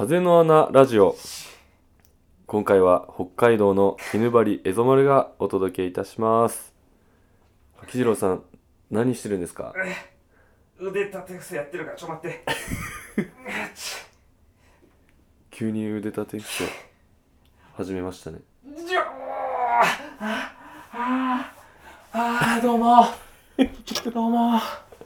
風の穴ラジオ。今回は北海道の絹張蝦夷丸がお届けいたします。柿次郎さん、何してるんですか？ 腕立て伏せやってるからちょっと待って急に腕立て伏せ始めましたね。 どうもどうも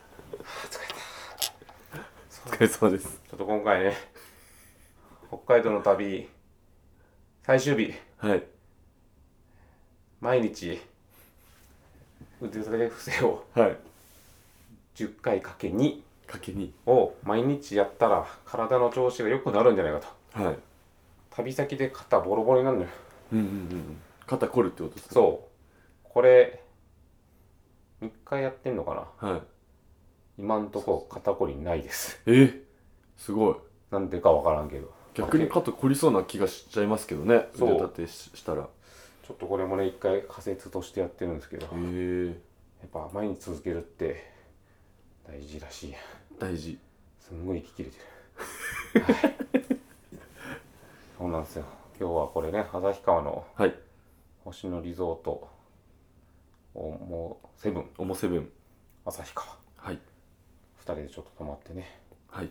お疲れ様です。 ちょっと今回ね、北海道の旅最終日、 はい。 毎日腕立て伏せをはい。 10回かけ2 かけに。 を毎日やったら体の調子が良くなるんじゃないかと。 はい。 旅先で肩ボロボロになるのよ。 肩凝るってことですね。 そうこれ3日やってんのかな。 はい。 今んとこ肩こりないです。 すごい。 なんでかわからんけど、 逆に肩凝りそうな気がしちゃいますけどね。 そう腕立てしたら。 ちょっとこれもね、一回仮説としてやってるんですけど、やっぱ毎日続けるって大事らしいや。 大事。 すんごい息切れてる、はい、そうなんですよ。今日はこれね、旭川の星野リゾートオモセブン旭川、 はい。 2人でちょっと泊まってね。 はい。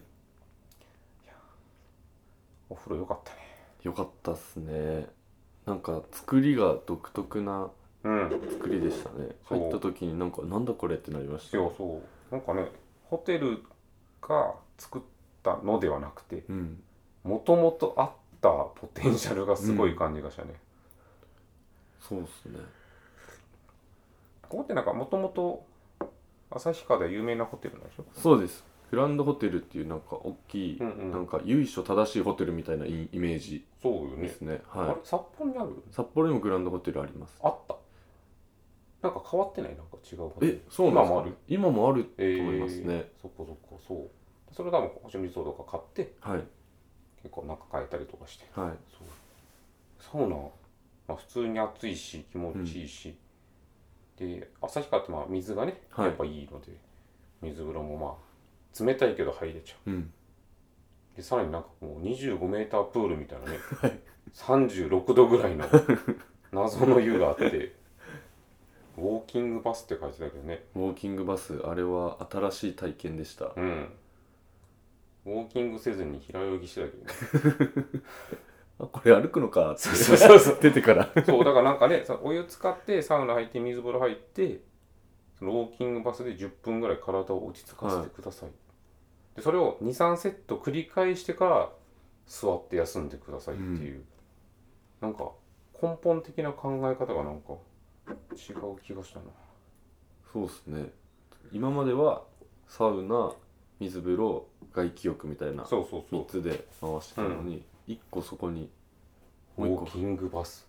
お風呂良かったね。 よかったっすね。なんか作りが独特な作りでしたね。入った時になんだこれってなりました。 そうなんかね、ホテルが作ったのではなくて、もともとあったポテンシャルがすごい感じがしたね。 そうですね。 ここってなんかもともと旭川では有名なホテルなんでしょ？ そうです。グランドホテルっていうなんか大きい、なんか由緒正しいホテルみたいなイメージですね。はい。 あれ札幌にある？ 札幌にもグランドホテルあります。 あった。なんか変わってない？なんか違うホテル。 そうなんですか？ 今もある？ 今もあると思いますね。 そこそう。それ多分星野リゾートが買って、 はい。 結構中変えたりとかして。 はい。 サウナ、まあ、普通に暑いし気持ちいいし、で旭川ってまあ水がね、やっぱいいので、水風呂もまあ冷たいけど入れちゃう。でさらになんかもう25メータープールみたいなね、36度ぐらいの謎の湯があって、ウォーキングバスって書いてたけどね。 ウォーキングバス、あれは新しい体験でした。 ウォーキングせずに平泳ぎしてたけどねこれ歩くのかって出てからそうだからなんかね、お湯使ってサウナ入って水風呂入って、そのウォーキングバスで10分ぐらい体を落ち着かせてください、でそれを 2,3 セット繰り返してから座って休んでくださいっていう、なんか根本的な考え方がなんか違う気がしたな。 そうですね。今まではサウナ、水風呂、外気浴みたいな3つで回してたのに、1個そこにウォーキングバス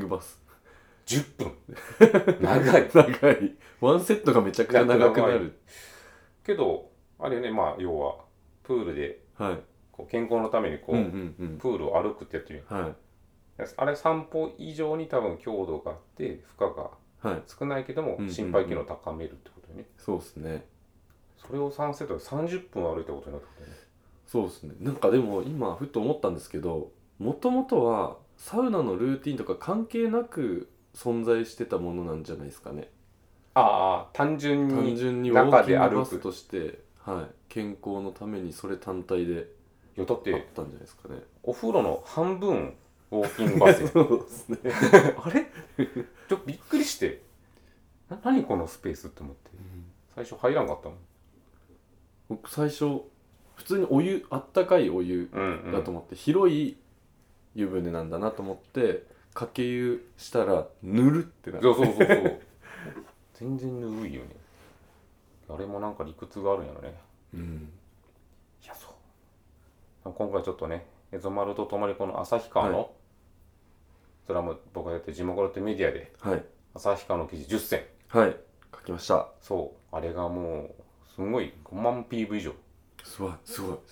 10分長いワンセットがめちゃくちゃ長くなるけど、あれね、まあ要はプールでこう健康のためにこう、プールを歩くってやってる、あれ散歩以上に多分強度があって負荷が少ないけども心肺機能を高めるってことよね。 そうですね。 それを3セットで30分歩いたことになったことね。 そうですね。なんかでも今ふと思ったんですけど、もともとはサウナのルーティンとか関係なく存在してたものなんじゃないですかね。 単純に中で歩く、ウォーキングバスとして、健康のためにそれ単体でだってあったんじゃないですかね。 お風呂の半分ウォーキングバスそうですねあれちょっとびっくりして、何このスペースって思って、最初入らんかったもん。 僕最初普通にお湯、あったかいお湯だと思って、広い湯船なんだなと思ってかけ湯したらぬるってなって、 そう全然ぬるいよね。あれもなんか理屈があるんやろね。いや、そう今回ちょっとね、蝦夷丸とともにこの旭川の、それはもう僕がやってる地元ってメディアで、旭川の記事10選書きました。 そうあれがもうすごい5万 PV 以上。 すご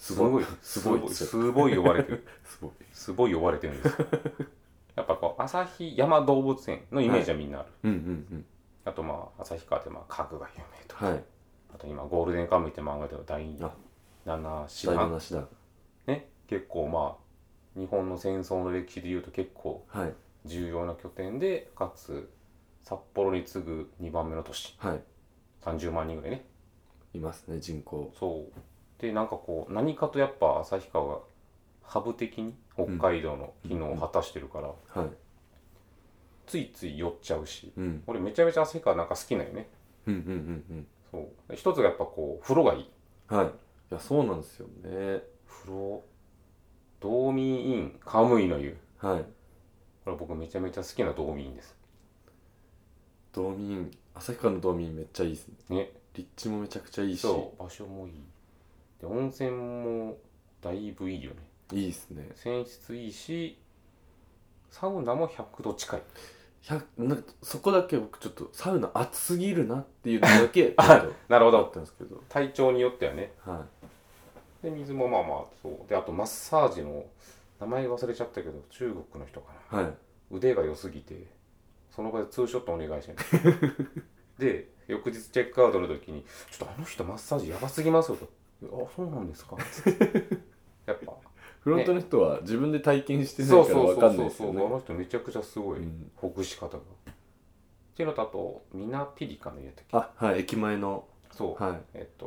い呼ばれてるすごい呼ばれてるんですやっぱこう旭山動物園のイメージはみんなある、あとまあ旭川ってまあ家具が有名とか、あと今ゴールデンカムイって漫画では第7師団ね、結構まあ日本の戦争の歴史でいうと結構はい重要な拠点で、かつ札幌に次ぐ2番目の都市、 はい。 30万人ぐらいね。 いますね、人口。 そうで、なんかこう何かとやっぱ旭川がハブ的に北海道の機能を果たしてるから、 はい。 ついつい寄っちゃうし、 うん。 俺めちゃめちゃ旭川なんか好きなんよね。 うんうんうんそうで一つがやっぱこう風呂がいい。 うん。はい。いや、そうなんですよね。 風呂、道民院カムイの湯、 はい。 これ僕めちゃめちゃ好きな道民院です道民、旭川の道民めっちゃいいですね。 ね。 立地もめちゃくちゃいいし。 そう場所もいいで、温泉もだいぶいいよね。 いいですね。 泉質いいし、サウナも100度近い。 なんかそこだけ僕ちょっとサウナ暑すぎるなっていうのだけちょっとなるほど。 あったんですけど。 体調によってはね。 はで水もまあまあそうで、あとマッサージの名前忘れちゃったけど、中国の人かな、 い。はい。 腕が良すぎてその場でツーショットお願いしてで翌日チェックアウトの時に「ちょっとあの人マッサージやばすぎますよ」と「あ、そうなんですか」やっぱフロントの人は自分で体験してなそういから分かんないですよあね。 の人めちゃくちゃすごい、 うんほぐし方がっていうのと、あとミナピリカのやったっけ、 あ、はい。駅前の。 そう、 はい。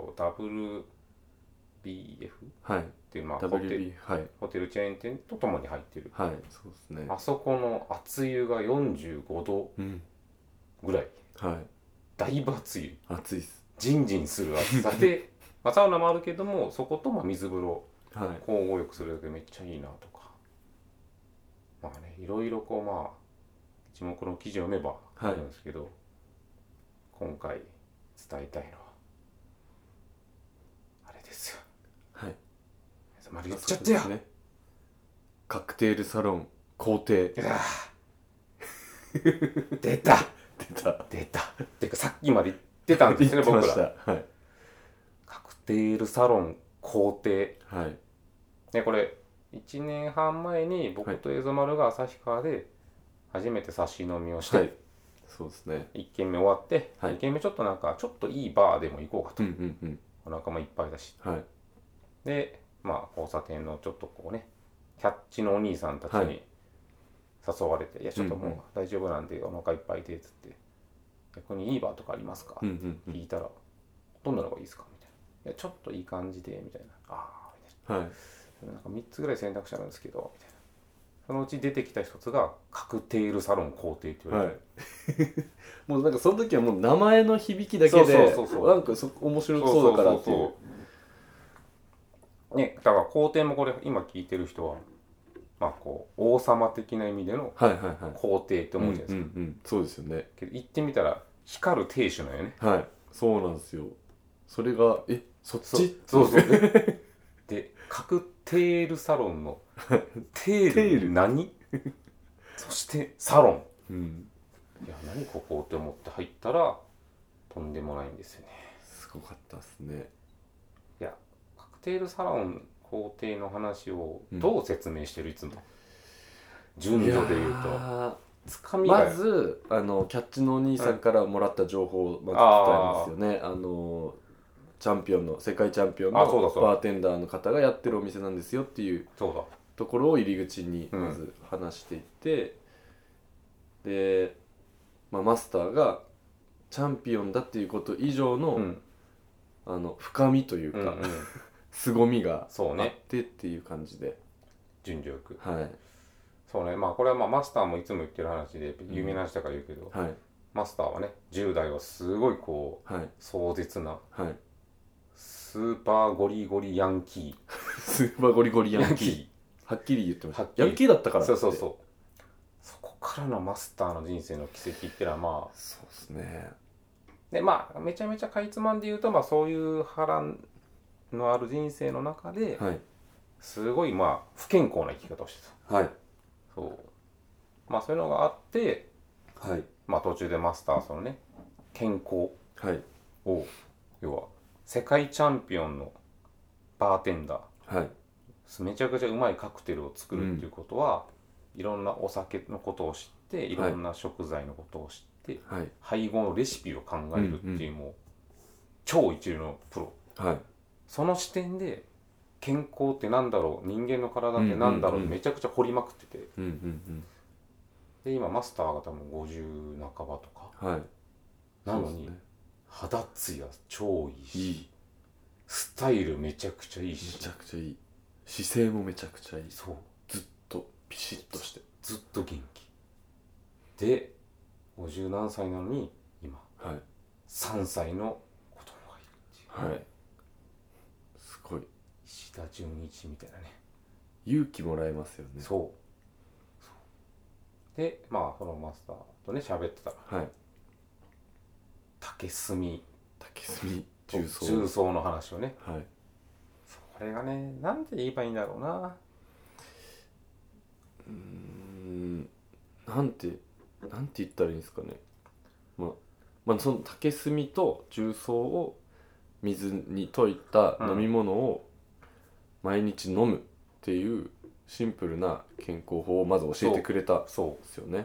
WBF はい。 っていう、まあ、 WB。はい。 ホテルチェーン店とともに入ってる、 はい。そうですね。 あそこの熱湯が45度うん。 ぐらい、 はい。 だいぶ熱湯、 暑いっす。 ジンジンする熱さでまあサウナもあるけども、そことまあ水風呂はい。 交互浴するだけでめっちゃいいなとか、まあね、いろいろこう、まあ一目の記事を読めばあるんですけど、今回伝えたいのはあれですよ。 はい。 まる言っちゃってよ、 ね。カクテールサロン皇帝。 うわ出た出た。 出たっていうか、さっきまで言ってたんですね言ってま僕ら。 した。はい。 カクテールサロン皇帝はい。 ね、これ1年半前に僕とエゾマルが旭川で初めて差し飲みをして、 はい。そうですね。 1軒目終わって、 はい 2軒目ちょっとなんかちょっといいバーでも行こうかと、 うんうんうん。 お腹もいっぱいだし、 はい。 でまあ交差点のちょっとこうね、キャッチのお兄さんたちにはい誘われて、いやちょっともうんううん大丈夫なんでお腹いっぱいでっつって、逆にいいバーとかありますか、 うんうんうん。 聞いたら、どんなのがいいですかみたいな、いやちょっといい感じでみたいな、ああみたいな、 はい。 なんか3つぐらい選択肢あるんですけどみたいな、そのうち出てきた一つがカクテールサロン皇帝って言われて、 もうなんかその時はもう名前の響きだけでなんか面白そうだからっていうね。だから皇帝もこれ今聞いてる人はまあこう王様的な意味でのはいはいはい皇帝って思うじゃないですか、 うんうんうん、そうですよね。 けど行ってみたら光る亭主なんよね。 はい、そうなんですよ。それがそっちそうでカクテールサロンのテール何そしてサロン、 うん、 いや何ここって思って入ったらとんでもないんですよね。 すごかったですね。 いやカクテールサロン皇帝の話をどう説明してる、いつも順序で言うとつかみがまずキャッチのお兄さんからもらった情報をまず伝えますよね。チャンピオンの世界チャンピオンのバーテンダーの方がやってるお店なんですよっていうところを入り口にまず話していって、で、マスターがチャンピオンだっていうこと以上の、深みというか、凄みがあってっていう感じで、 順序よく、 はい、 そうね。まあこれはマスターもいつも言ってる話で有名な話だから言うけど、マスターはね10代はすごいこう、壮絶な、スーパーゴリゴリヤンキースーパーゴリゴリヤンキーはっきり言ってました。ヤンキーだったからって。 そうそこからのマスターの人生の奇跡ってのはまあそうですね。でまあめちゃめちゃかいつまんで言うと、まあそういう波乱のある人生の中で、すごいまあ不健康な生き方をしてた。まあそういうのがあって、まあ途中でマスターそのね健康を、要は世界チャンピオンのバーテンダー、めちゃくちゃうまいカクテルを作るっていうことは、いろんなお酒のことを知っていろんな食材のことを知って、配合のレシピを考えるっていう、もう超一流のプロ、その視点で健康ってなんだろう、人間の体ってなんだろう、めちゃくちゃ掘りまくってて、で今マスターが多分50半ばとか、はい、なのに、ね、肌ツヤ超いいし、スタイルめちゃくちゃいいし、 めちゃくちゃいい、姿勢もめちゃくちゃいい、 そう、 ずっとピシッとしてずっと元気で、50何歳なのに今、はい、3歳の子供がいるっていう、はい、 すごい、 石田純一みたいなね、 勇気もらえますよね。 そうで、まあそのマスターとね喋ってたら、はい、竹炭重曹の話をね、はい、それがね、なんて言えばいいんだろうな、 なんて言ったらいいんですかね。まあその竹炭と重曹を水に溶いた飲み物を毎日飲むっていうシンプルな健康法をまず教えてくれたんですよね。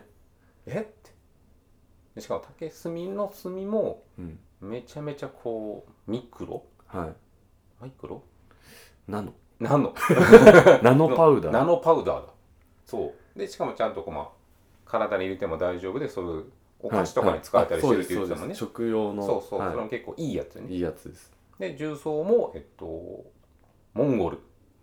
でしかも竹炭の炭もめちゃめちゃこうミクロ、はい、マイクロナノナノパウダーナノパウダーだ。そうで、しかもちゃんとこう、まあ、体に入れても大丈夫で、そういうお菓子とかに使えたりしてるって言ってたもんね。 食用の、 そう、はい、それも結構いいやつね。 いいやつです。 で重曹もモンゴル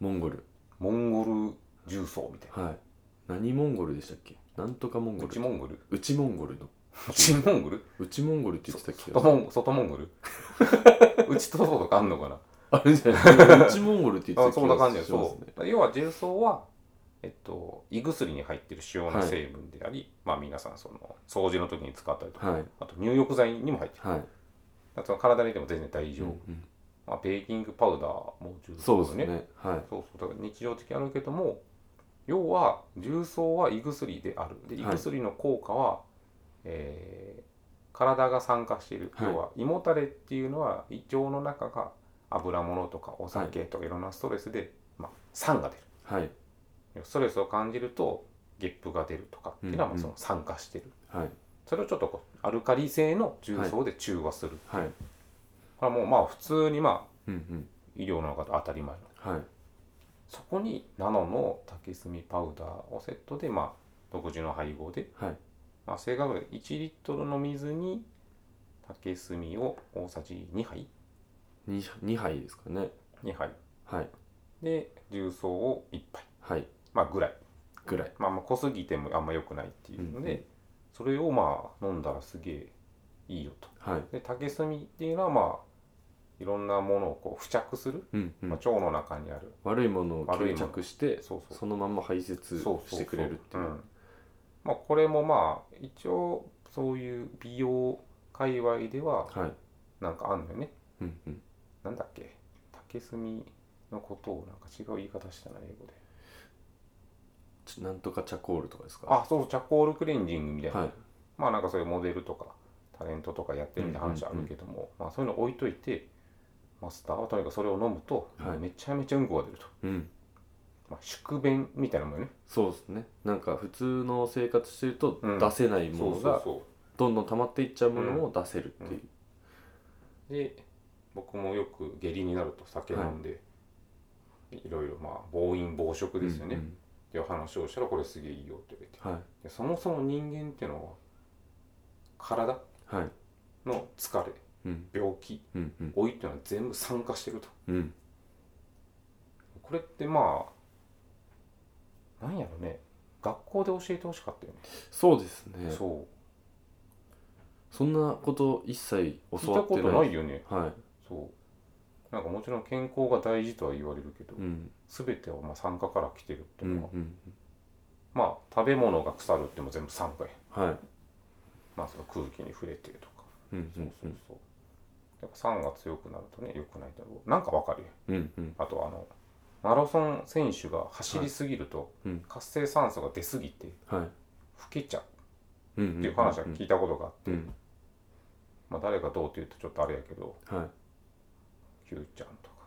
重曹みたいな、はい、 何モンゴルでしたっけ、なんとかモンゴル、 内モンゴルの内モンゴル内モンゴルって言ってたっけ、 外モンゴル内と外とかあんのかな、 あれじゃない内モンゴルって言ってたっけ、そんな感じです。そう要は重曹は胃薬に入っている主要な成分であり、はい、まあ皆さんその掃除の時に使ったりとか、はい、あと入浴剤にも入っている、はい、だから体に入れても全然大丈夫、まあ、ベーキングパウダーも重曹ですね。そうですね、はい、そうだから日常的あるけども、要は重曹は胃薬である。で胃薬の効果は、体が酸化している、はい、要は胃もたれっていうのは胃腸の中が油物とかお酒とかいろんなストレスで、まあ、酸が出る、はい、ストレスを感じるとゲップが出るとかっていうのはまあその酸化してる、はい、それをちょっとこうアルカリ性の重曹で中和する、はい、これはもうまあ普通にまあ、医療の方当たり前の、はい、そこにナノの竹炭パウダーをセットで、まあ独自の配合で、はい、まあ、正確に1リットルの水に竹炭を大さじ2杯 2杯ですかね。 2杯、はい、で重曹を1杯、はい、まあぐらい、まあ濃すぎてもあんま良くないっていうので、それをまあ飲んだらすげえいいよと、はい、で竹炭っていうのはまあいろんなものをこう付着する、まあ、腸の中にある悪いものを吸着して、そのまま排泄してくれるっていう、 まあこれもまあ一応そういう美容界隈ではなんかあんのよね、なんだっけ、竹炭のことをなんか違う言い方したな、英語でなんとかチャコールとかですか。 あ、そう、チャコールクレンジングみたいな、はい、まあなんかそういうモデルとかタレントとかやってるみたいな話あるけども、まあそういうの置いといて、マスターはとにかくそれを飲むと、はい、めちゃめちゃうんこが出ると、まあ、宿便みたいなもんよね。 そうですね、なんか普通の生活してると出せないものがどんどん溜まっていっちゃうものを出せるっていう、 で僕もよく下痢になると酒飲んで、はい、いろいろまあ暴飲暴食ですよね、っていう話をしたらこれすげえいいよって言われて、はい、でそもそも人間っていうのは体の疲れ、病気、老いっていうのは全部酸化してると、これってまあなんやろね、学校で教えてほしかったよね。 そうですね。そんなこと一切教わってない。聞いたことないよね。はい。そうなんかもちろん健康が大事とは言われるけど、全てはまあ酸化から来てるっていうのは、まあ食べ物が腐るっても全部酸化や、はい、まあその空気に触れてとか、やっぱ酸が強くなるとね良くないだろう、なんかわかるよ、あとマラソン選手が走りすぎると、活性酸素が出すぎて、老けちゃうっていう話は聞いたことがあって、まあ誰がどうって言うとちょっとあれやけど、Q ちゃんとか、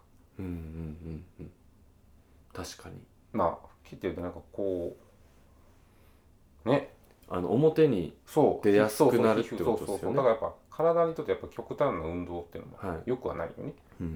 確かに、 まあ聞いてるとなんかこうね、 表に出やすくなるってことですよね。 だからやっぱ体にとってやっぱ極端な運動っていうのも良くはないよね。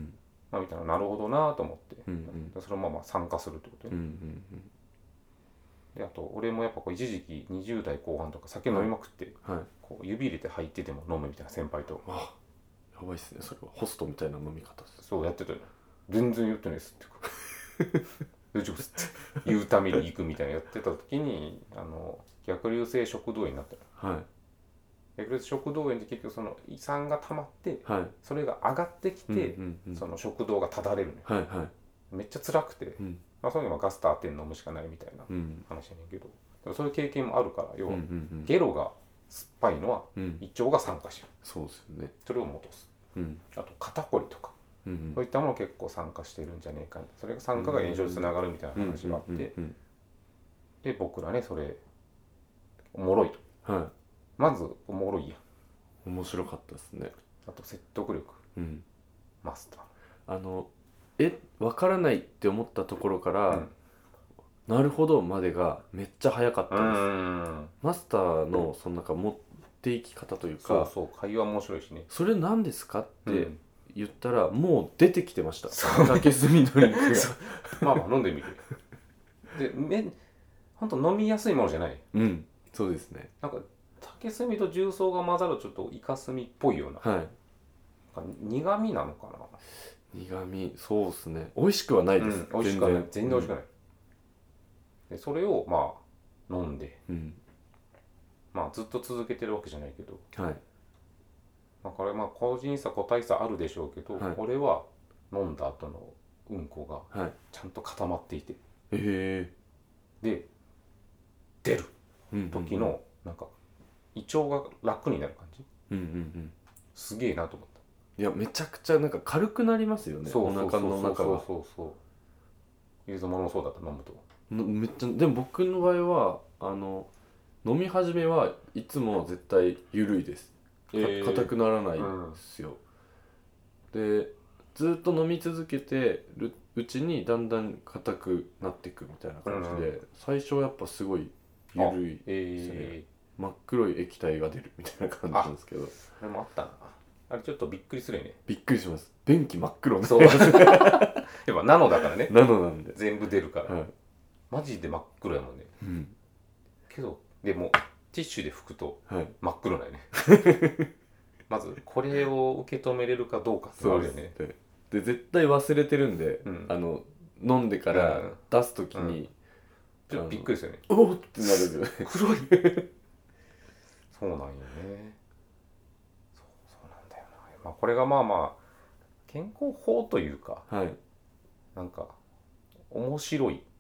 まあ、みたいななるほどなと思って、それもまあ参加するってことね、であと俺もやっぱこう一時期20代後半とか酒飲みまくって、こう指入れて入ってても飲むみたいな先輩と、 やばいっすねそれは。ホストみたいな飲み方です。 そうやってたよ。全然言ってないですって大丈夫ですって言うために行くみたいなやってた時に逆流性食道炎になったの。逆流性食道炎って結局その胃酸が溜まって、それが上がってきて、その食道がただれるのよ、めっちゃ辛くて、まあ、その時はガスターテン飲むしかないみたいな話やねんけど、でもそういう経験もあるから、要は、ゲロが酸っぱいのは胃腸が酸化してる、 そうですよね。 それを戻す、あと肩こりとか、そういったもの結構酸化してるんじゃねえか、それが酸化が炎症につながるみたいな話があって、で僕らねそれおもろいと、まずおもろいやん。面白かったですね。 あと説得力、マスター分からないって思ったところから、なるほどまでがめっちゃ早かったです。マスターのそのなんか持っていき方というか、 会話面白いしね。 それ何ですかって言ったら、もう出てきてました。竹炭ドリンクがまあまあ飲んでみて。でほんと飲みやすいものじゃない。 そうですね。 なんか竹炭と重曹が混ざるちょっとイカ炭っぽいような、苦味なのかな。 苦味、そうですね。美味しくはないです。 美味しくはない。全然美味しくない。でそれをまあ飲んで、まあずっと続けてるわけじゃないけど、まあこれまあ個人差個体差あるでしょうけど、俺は飲んだ後のうんこがちゃんと固まっていて、で出る時のなんか胃腸が楽になる感じ、すげえなと思った。 いやめちゃくちゃなんか軽くなりますよね、お腹の中が。 ゆずものもそうだった。飲むとめっちゃ。でも僕の場合は飲み始めはいつも絶対緩いです。硬くならないですよ、でずっと飲み続けてるうちにだんだん硬くなっていくみたいな感じで、最初はやっぱすごい緩いですね。真っ黒い液体が出るみたいな感じなんですけど。 あれもあったな。あれちょっとびっくりするよね。 びっくりします。便器真っ黒ね。 そうやっぱナノだからね。 ナノなんで全部出るから、マジで真っ黒やもんね。けどでもティッシュで拭くと真っ黒だよね。まずこれを受け止めれるかどうかってあるよね。 で絶対忘れてるんで、飲んでから出す時に、 ちょっとびっくりですよね。 おっってなるんですよね。 黒いそうなんよね。そうなんだよな。まあこれがまあまあ健康法というか、なんか面白い、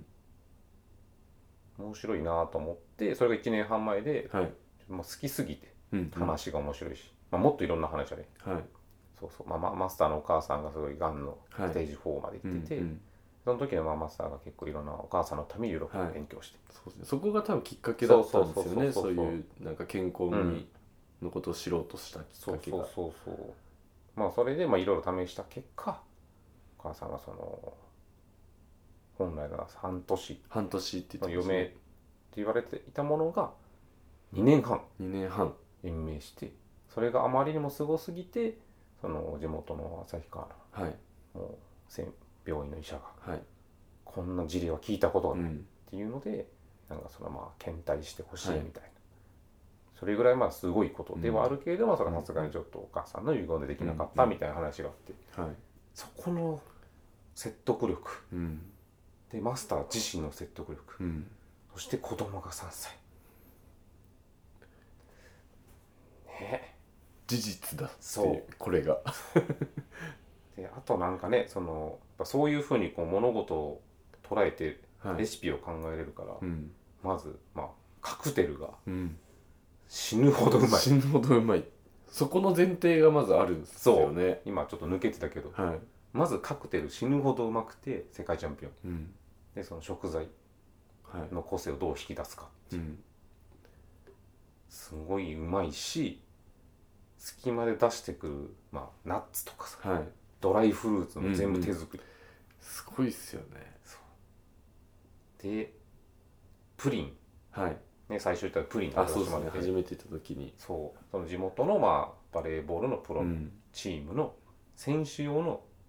面白いなと思って、それが1年半前で、まあ、好きすぎて、話が面白いし、まあ、もっといろんな話だね。まあ、マスターのお母さんがすごいがんのステージ4まで行ってて、その時のマスターが結構いろんなお母さんのためにいろいろ勉強して、 そこが多分きっかけだったんですよね。そういうなんか健康にのことを知ろうとしたきっかけが。 まあそれでいろいろ試した結果、お母さんがその本来が半年って言ってた余命って言われていたものが2年半延命して、それがあまりにもすごすぎて、その地元の旭川の、もう病院の医者が、こんな事例は聞いたことがないっていうので、なんかそのまあ検体してほしいみたいな、それぐらいまあすごいことではあるけれども、それはさすがにちょっとお母さんの遺言でできなかったみたいな話があって、そこの説得力、でマスター自身の説得力、そして子供が3歳ね、 事実だっていう、これがであとなんかね、そういうふうにこう物事を捉えてレシピを考えれるから、まずまあカクテルが死ぬほどうまい、 そこの前提がまずあるんですよね。 今ちょっと抜けてたけど、まずカクテル死ぬほどうまくて世界チャンピオン、でその食材の個性をどう引き出すかっていう、すごいうまいし、隙間で出してくる、まあ、ナッツとかさ、ドライフルーツも全部手作り、 すごいっすよね。 でプリン、ね、最初言ったプリン初めて行った時に、 その地元のまあバレーボールのプロチームの選手用の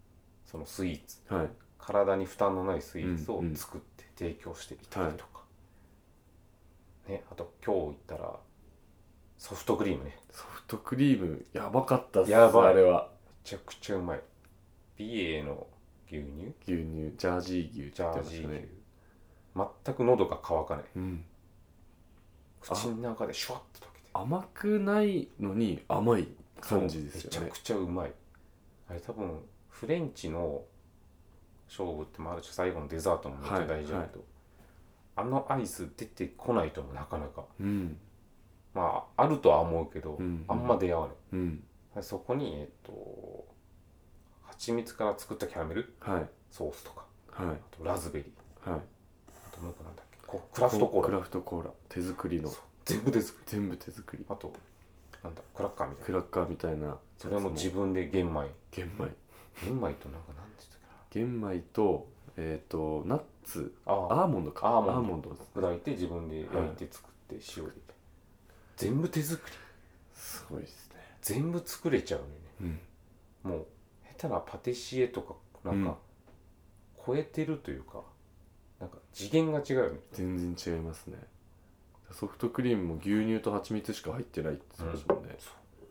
そのスイーツ、 はい、 体に負担のないスイーツを作って提供していたりとか、ね、あと今日言ったらソフトクリームね。 ソフトクリームやばかったっす。 やばい、 あれはめちゃくちゃうまい。美瑛の牛乳ジャージー牛って言ってましたね。 全く喉が渇かない、 うん、 口の中でシュワッと溶けて甘くないのに甘い感じですよね。 めちゃくちゃうまい。あれ多分フレンチの勝負ってある種最後のデザートもめっちゃ大事だけど、はいはい、あのアイス出てこないともなかなか、 うん、 まああるとは思うけど、あんま出会わない、 うん、 そこに蜂蜜から作ったキャラメル、はい、ソースとか、はい、あとラズベリー、はい、あともう一個なんだっけ、クラフトコーラ手作りの、全部手作り、あとなんだクラッカーみたいなそれも自分で玄米となんか何て言ったっけな、 玄米とナッツ、アーモンド砕いて自分で焼いて作って塩入れて、全部手作り。 すごいですね。 全部作れちゃうのよね、うん、もう下手なパティシエとかなんか超えてるというか、なんか次元が違うよね。 全然違いますね。ソフトクリームも牛乳と蜂蜜しか入ってないって言ってましたもんね、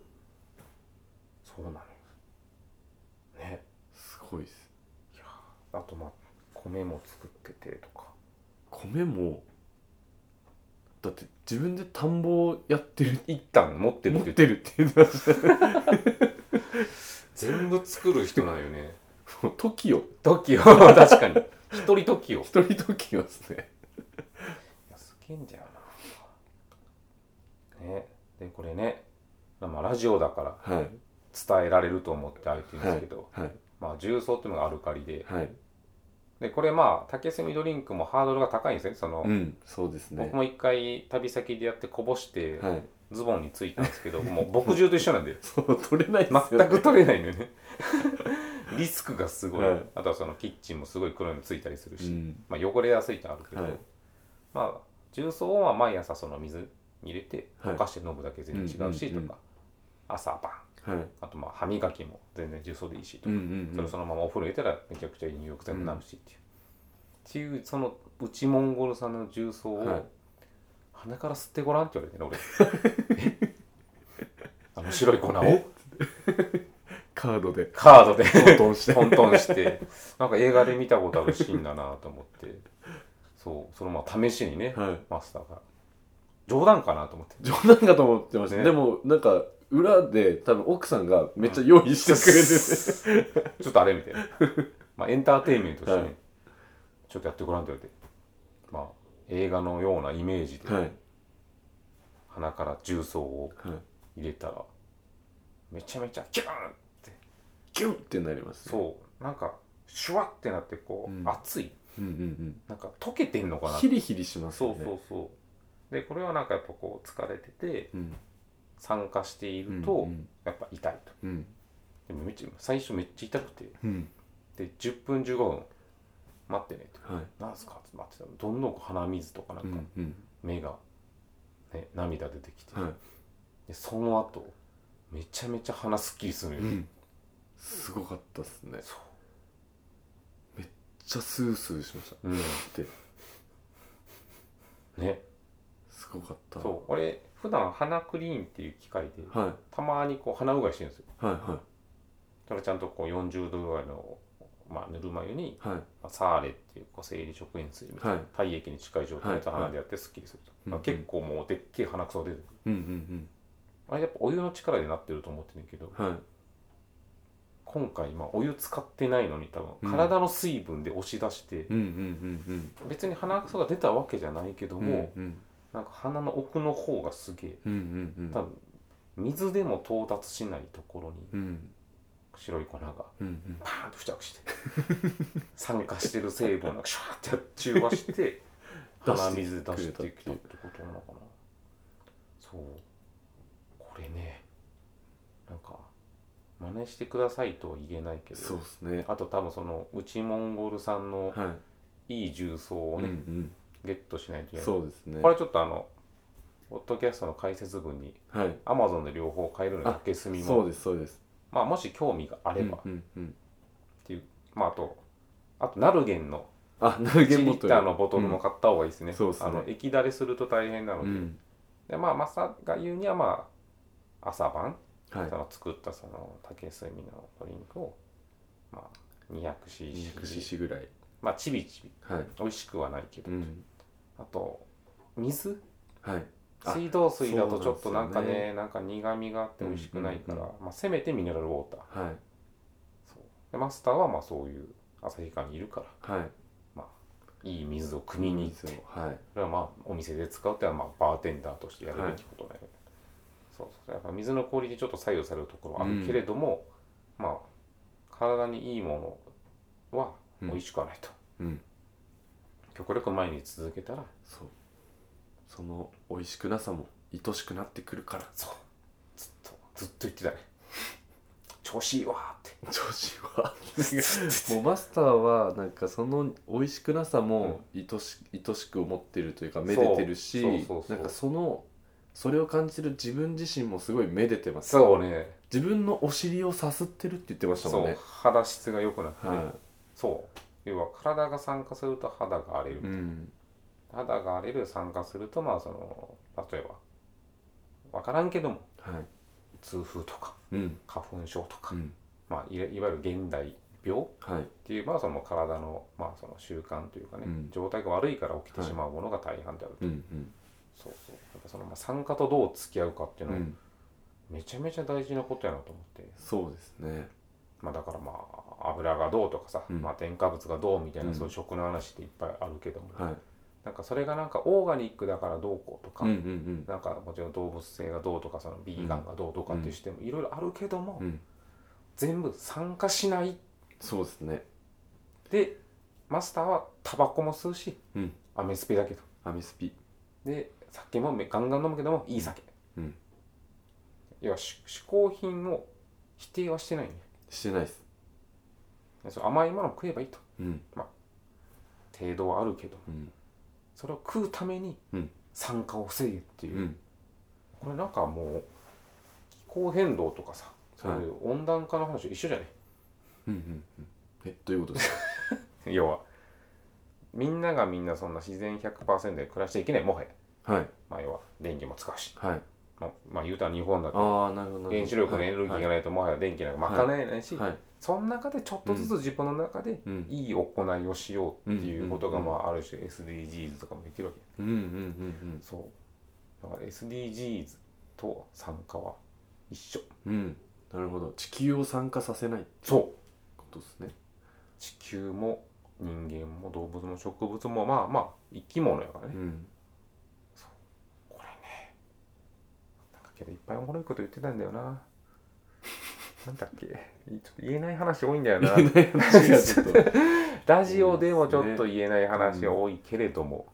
そうなのよね。 すごいです。 いやあと米も作っててとか。 米もだって自分で田んぼをやってる、 一旦持ってるって言ってました全部作る人なんよね。 TOKIO 確かに一人 TOKIO ですね。 いやすげえんだよな、ね、でこれね、まあ、ラジオだから伝えられると思ってあえて言うんですけど、はいはい、まあ、重曹っていうのがアルカリで、はい、でこれまあ竹炭ドリンクもハードルが高いんですね。 そうですね。 僕も一回旅先でやってこぼして、はい、ズボンについたんですけどもう牧汁と一緒なんでそう取れないですよね。 全く取れないのよねリスクがすごい、はい、あとはそのキッチンもすごい黒いのついたりするし、まあ、汚れやすいってあるけど、はい、まあ重曹は毎朝その水に入れて溶かして飲むだけ全然違うしとか、朝晩、はい、あとまあ歯磨きも全然重曹でいいしとか、それそのままお風呂入れたらめちゃくちゃ入浴剤になるしっていう、その内モンゴル産の重曹を鼻から吸ってごらんって言われてね、俺あの白い粉をカードでトンしてなんか映画で見たことあるシーンだなと思ってそのまあ試しにね、はい、マスターが冗談かなと思って冗談かと思ってました、ね、でもなんか裏で多分奥さんがめっちゃ用意してくれてて、 ちょっとあれみたいな、まあ、エンターテインメントとしてね、はい、ちょっとやってごらんって言われて、まあ映画のようなイメージで、はい、鼻から重曹を入れたら、めちゃめちゃキューンキュンってなります、 ね、そうなんかシュワってなってこう、熱い、なんか溶けてんのかな、 ヒリヒリしますよね。 そうでこれはなんかやっぱこう疲れてて、酸化しているとやっぱ痛いと、でも最初めっちゃ痛くて、で10分15分待ってねと、なんすかって待ってたらどんどん鼻水とかなんか目が、ね、涙出てきて、でその後めちゃめちゃ鼻すっきりするよ、 すごかったっすね。めっちゃスースーしました、でね、すごかった。 そう俺普段鼻クリーンっていう機械で、たまにこう鼻うがいしてるんですよ。それちゃんとこう40度ぐらいの、まあ、ぬるま湯に、サーレっていう生理食塩水みたいな、体液に近い状態で鼻でやってスッキリすると、結構もうでっけえ鼻くそが出てくる、あれやっぱお湯の力でなってると思ってるんだけど、今回お湯使ってないのに多分体の水分で押し出して、別に鼻くそが出たわけじゃないけども、なんか鼻の奥の方がすげえ、多分水でも到達しないところに、白い粉がパーンと付着して酸化してる成分をシュワーって中和して鼻水出してきたってことなのかな。そうこれね、なんか真似してくださいとは言えないけど、 そうですね。 あと多分その内モンゴル産のいい重曹をね、ゲットしないといけない。 そうですね。 これちょっとポッドキャストの解説文に、Amazon で両方買えるので、竹炭も。 そうです。 まあもし興味があれば、っていうまああとナルゲンのナルゲン 1リッターのボトルも買った方がいいですね。 そうですね。 液だれすると大変なので、でまあマサが言うにはまあ朝晩、その作ったその竹炭のドリンクをまあ 200cc ぐらい、 まあちびちび、美味しくはないけど、あと水、水道水だとちょっとなんかね、なんか苦みがあって美味しくないから、まあせめてミネラルウォーター、そうでマスターはまあそういう旭川にいるから、まあいい水を汲みに行って、それはまあお店で使うってのはまあバーテンダーとしてやるべきことだよね。そうやっぱ水のクオリティちょっと左右されるところはあるけれども、まあ体にいいものは美味しくはないと、極力前に続けたら、 その美味しくなさも愛しくなってくるから。 ずっと言ってたね。調子いいわって調子いいわもうマスターはなんかその美味しくなさも愛しく思ってるというか、めでてるし、なんかそれを感じてる自分自身もすごいめでてます。 そうね。 自分のお尻をさすってるって言ってましたもんね。 肌質が良くなって、要は体が酸化すると肌が荒れる、肌が荒れる、酸化するとまあその例えば分からんけども、痛風とか、花粉症とか、まあいわゆる現代病っていう、まあその体のまあその習慣というかね、状態が悪いから起きてしまうものが大半であると。その酸化とどう付き合うかっていうのはめちゃめちゃ大事なことやなと思って。 そうですね。 まあだからまあ油がどうとかさ、まあ添加物がどうみたいな、そういう食の話っていっぱいあるけども、なんかそれがなんかオーガニックだからどうこうとか、なんかもちろん動物性がどうとか、そのビーガンがどうとかってしてもいろいろあるけども、全部酸化しない。 そうですね。 でマスターはタバコも吸うし、アメスピだけど、 アメスピで酒もガンガン飲むけどもいい酒、要は嗜好品を否定はしてないね。 してないです。 甘いものを食えばいいと、まあ程度はあるけど、それを食うために酸化を防げっていう、これなんかもう気候変動とかさ、そういう温暖化の話と一緒じゃね。 どういうことですか要はみんながみんなそんな自然 100% で暮らしていけない、もはや。まあ要は電気も使うし、まあ言うたら日本だと原子力のエネルギーがないともはや電気なんか賄えないし、その中でちょっとずつ自分の中でいい行いをしようっていうことがまあある種 SDGs とかもできるわけ。そうだから SDGs と酸化は一緒。 なるほど。地球を酸化させないってことですね。 地球も人間も動物も植物もまあまあ生き物やからね。これね、なんかけどいっぱいおもろいこと言ってたんだよな。なんだっけ、ちょっと言えない話多いんだよな。ラジオでもちょっと言えない話が多いけれども、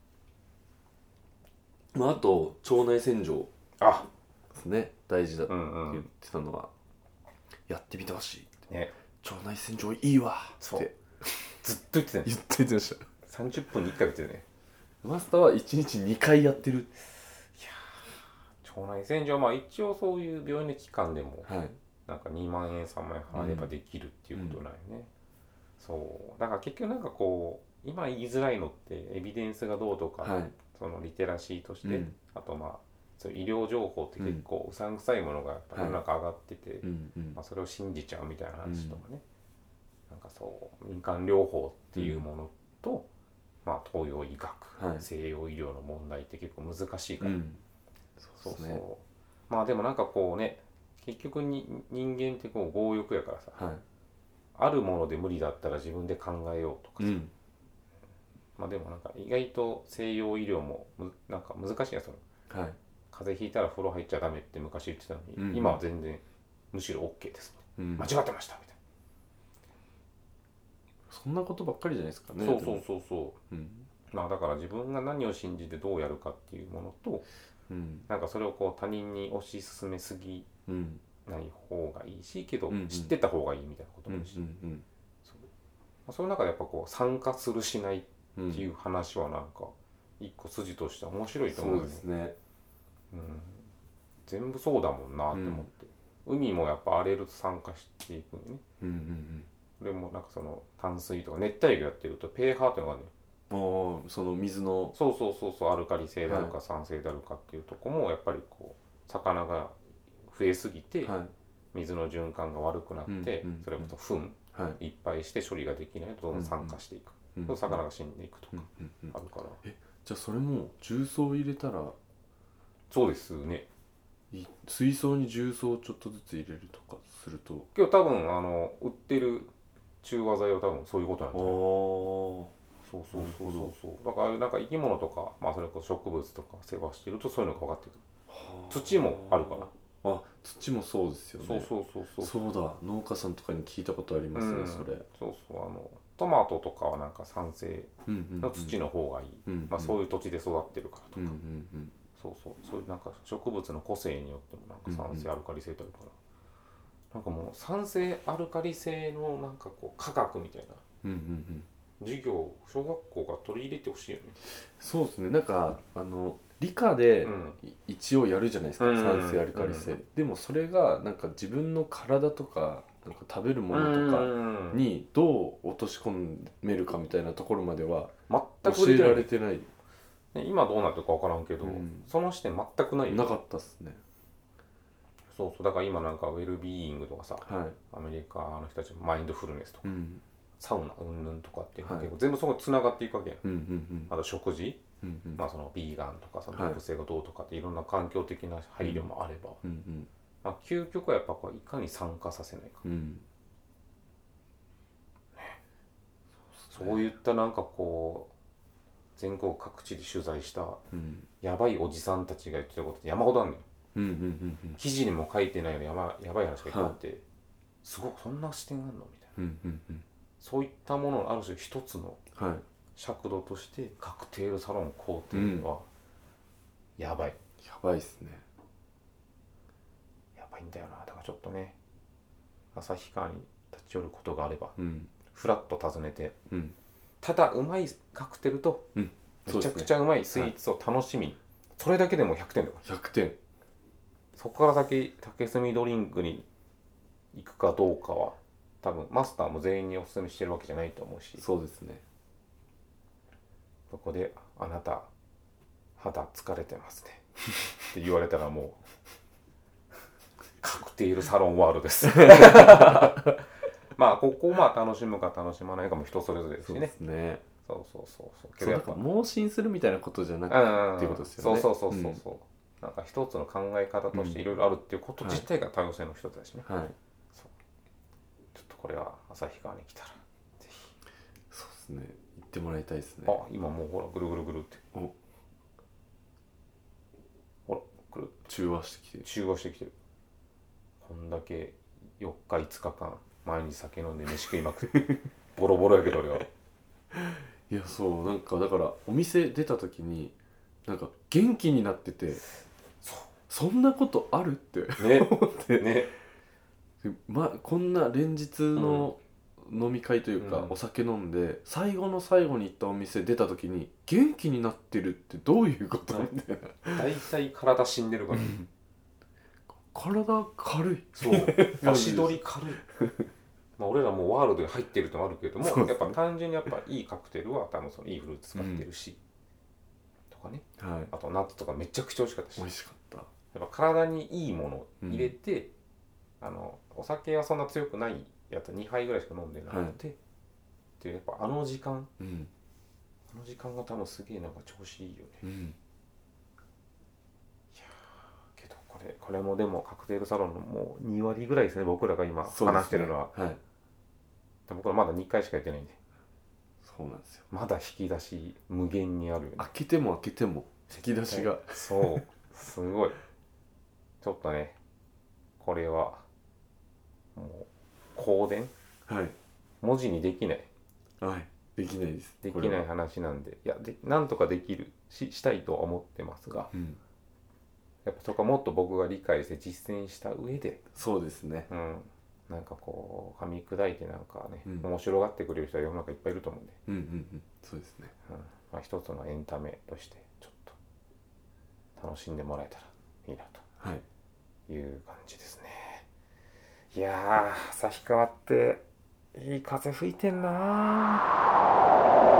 あと腸内洗浄ですね、大事だって言ってたのは、やってみてほしいって、腸内洗浄いいわってずっと言ってたね。 言ってました。 30分に1回言ってたね。 マスターは1日2回やってる。いや腸内洗浄、まあ一応そういう病院の機関でも、なんか2万円3万円払えばできるっていうことなんよね。そうだから結局なんかこう今言いづらいのってエビデンスがどうとか、そのリテラシーとして、あとまあそういう医療情報って結構うさんくさいものがやっぱ世の中上がってて、まあ、それを信じちゃうみたいな話とかね、なんかそう民間療法っていうものと、まあ東洋医学、西洋医療の問題って結構難しいから、まあでもなんかこうね、結局に人間ってこう強欲やからさ、あるもので無理だったら自分で考えようとかさ、まあでもなんか意外と西洋医療もなんか難しいやつ、風邪ひいたら風呂入っちゃダメって昔言ってたのに、今は全然むしろ OK です、間違ってましたみたいな、 そんなことばっかりじゃないですかね。 そう、まあだから自分が何を信じてどうやるかっていうものと、なんかそれをこう他人に推し進めすぎない方がいいし、けど知ってた方がいいみたいなこともあるし、その中でやっぱこう参加するしないっていう話はなんか一個筋としては面白いと思うよね。 そうですね。 全部そうだもんなって思って、海もやっぱ荒れると酸化していくよね。 俺もなんかその淡水とか熱帯魚やってるとペーハーっていうのがあるのよ。その水のそうアルカリ性であるか酸性であるかっていうとこもやっぱりこう魚が増えすぎて、水の循環が悪くなって、それこそ糞いっぱいして処理ができないとどんどん酸化していく、魚が死んでいくとかあるから、 じゃあそれも重曹入れたらそうですね、 水槽に重曹をちょっとずつ入れるとかすると今日多分売ってる中和剤は多分そういうことなんだよ。そうだからなんか生き物とか、まあ、それこそ植物とか世話してるとそういうのが分かってくる。土もあるから。 土もそうですよね。そうだ、農家さんとかに聞いたことありますね、それ。 トマトとかはなんか酸性の土の方がいい、まあ、そういう土地で育ってるからとか、そういうなんか植物の個性によってもなんか酸性アルカリ性ってあるから、なんかもう酸性アルカリ性のなんかこう科学みたいな授業小学校が取り入れてほしいよね。 そうですね、なんか理科で一応やるじゃないですか、酸性アルカリ性、でもそれがなんか自分の体とかなんか食べるものとかにどう落とし込めるかみたいなところまでは教えられてない。 今どうなってるか分からんけど、その視点全くないよ。 なかったっすね。 だから今なんかウェルビーイングとかさ、アメリカの人たちもマインドフルネスとか、サウナうんぬんとかっていうのが結構全部そこに繋がっていくわけやん。あと食事、まあそのビーガンとかその毒性がどうとかっていろんな環境的な配慮もあれば、まあ究極はやっぱこういかに酸化させないか、そういったなんかこう全国各地で取材したやばいおじさんたちが言ってることって山ほどあるのよ。記事にも書いてないようなやばい話がいっぱいあって、すごくそんな視点あるのみたいな、そういったもののある種一つの尺度としてカクテールサロン工程はやばい、 やばいっすね。 やばいんだよな。だからちょっとね、旭川に立ち寄ることがあれば、フラッと訪ねて、ただうまいカクテルとめちゃくちゃうまいスイーツを楽しみ、それだけでも100点だから。 100点。 そこから先竹炭ドリンクに行くかどうかは多分マスターも全員にお勧めしてるわけじゃないと思うし、 そうですね。 そこであなた肌疲れてますねって言われたらもうカクテールサロンワールドですまあここをまあ楽しむか楽しまないかも人それぞれですしね。 そうですね。 けどやっぱ盲信するみたいなことじゃなくてっていうことですよね。 なんか一つの考え方としていろいろあるっていうこと自体が多様性の一つだしね。ちょっとこれは旭川に来たらぜひ。 そうですね。行ってもらいたいですね。 今もうほらぐるぐるぐるって。ほらぐる中和してきてる。 こんだけ4日5日間毎日酒飲んで飯食いまくってボロボロやけど俺は。 いやそうなんかだからお店出た時になんか元気になってて、そんなことあるって思ってね。こんな連日の飲み会というか、お酒飲んで最後の最後に行ったお店出た時に元気になってるってどういうことなんだよ。 大体体死んでるから、 体軽い。 足取り軽いまあ俺らもワールドに入ってるともあるけども、やっぱ単純にやっぱいいカクテルは多分そのいいフルーツ使ってるし、とかね、あとナッツとかめちゃくちゃ美味しかったし、 美味しかった。 やっぱ体にいいものを入れて、お酒はそんな強くないやつ2杯ぐらいしか飲んでなくて、でやっぱあの時間が多分すげえなんか調子いいよね。いやけどこれもでもカクテルサロンのもう2割ぐらいですね、僕らが今話してるのは。僕らまだ2回しかやってないんで。 そうなんですよ。 まだ引き出し無限にあるよね。 開けても引き出しがそうすごい。ちょっとねこれはもう香典、文字にできない、 できないです。 できない話なんで、なんとかできるしたいとは思ってますが、やっぱそこはもっと僕が理解して実践した上で、 そうですね。 なんかこう噛み砕いてなんかね、面白がってくれる人は世の中いっぱいいると思うんで、 そうですね。 まあ一つのエンタメとしてちょっと楽しんでもらえたらいいなという感じですね。いやー、旭川っていい風吹いてんな。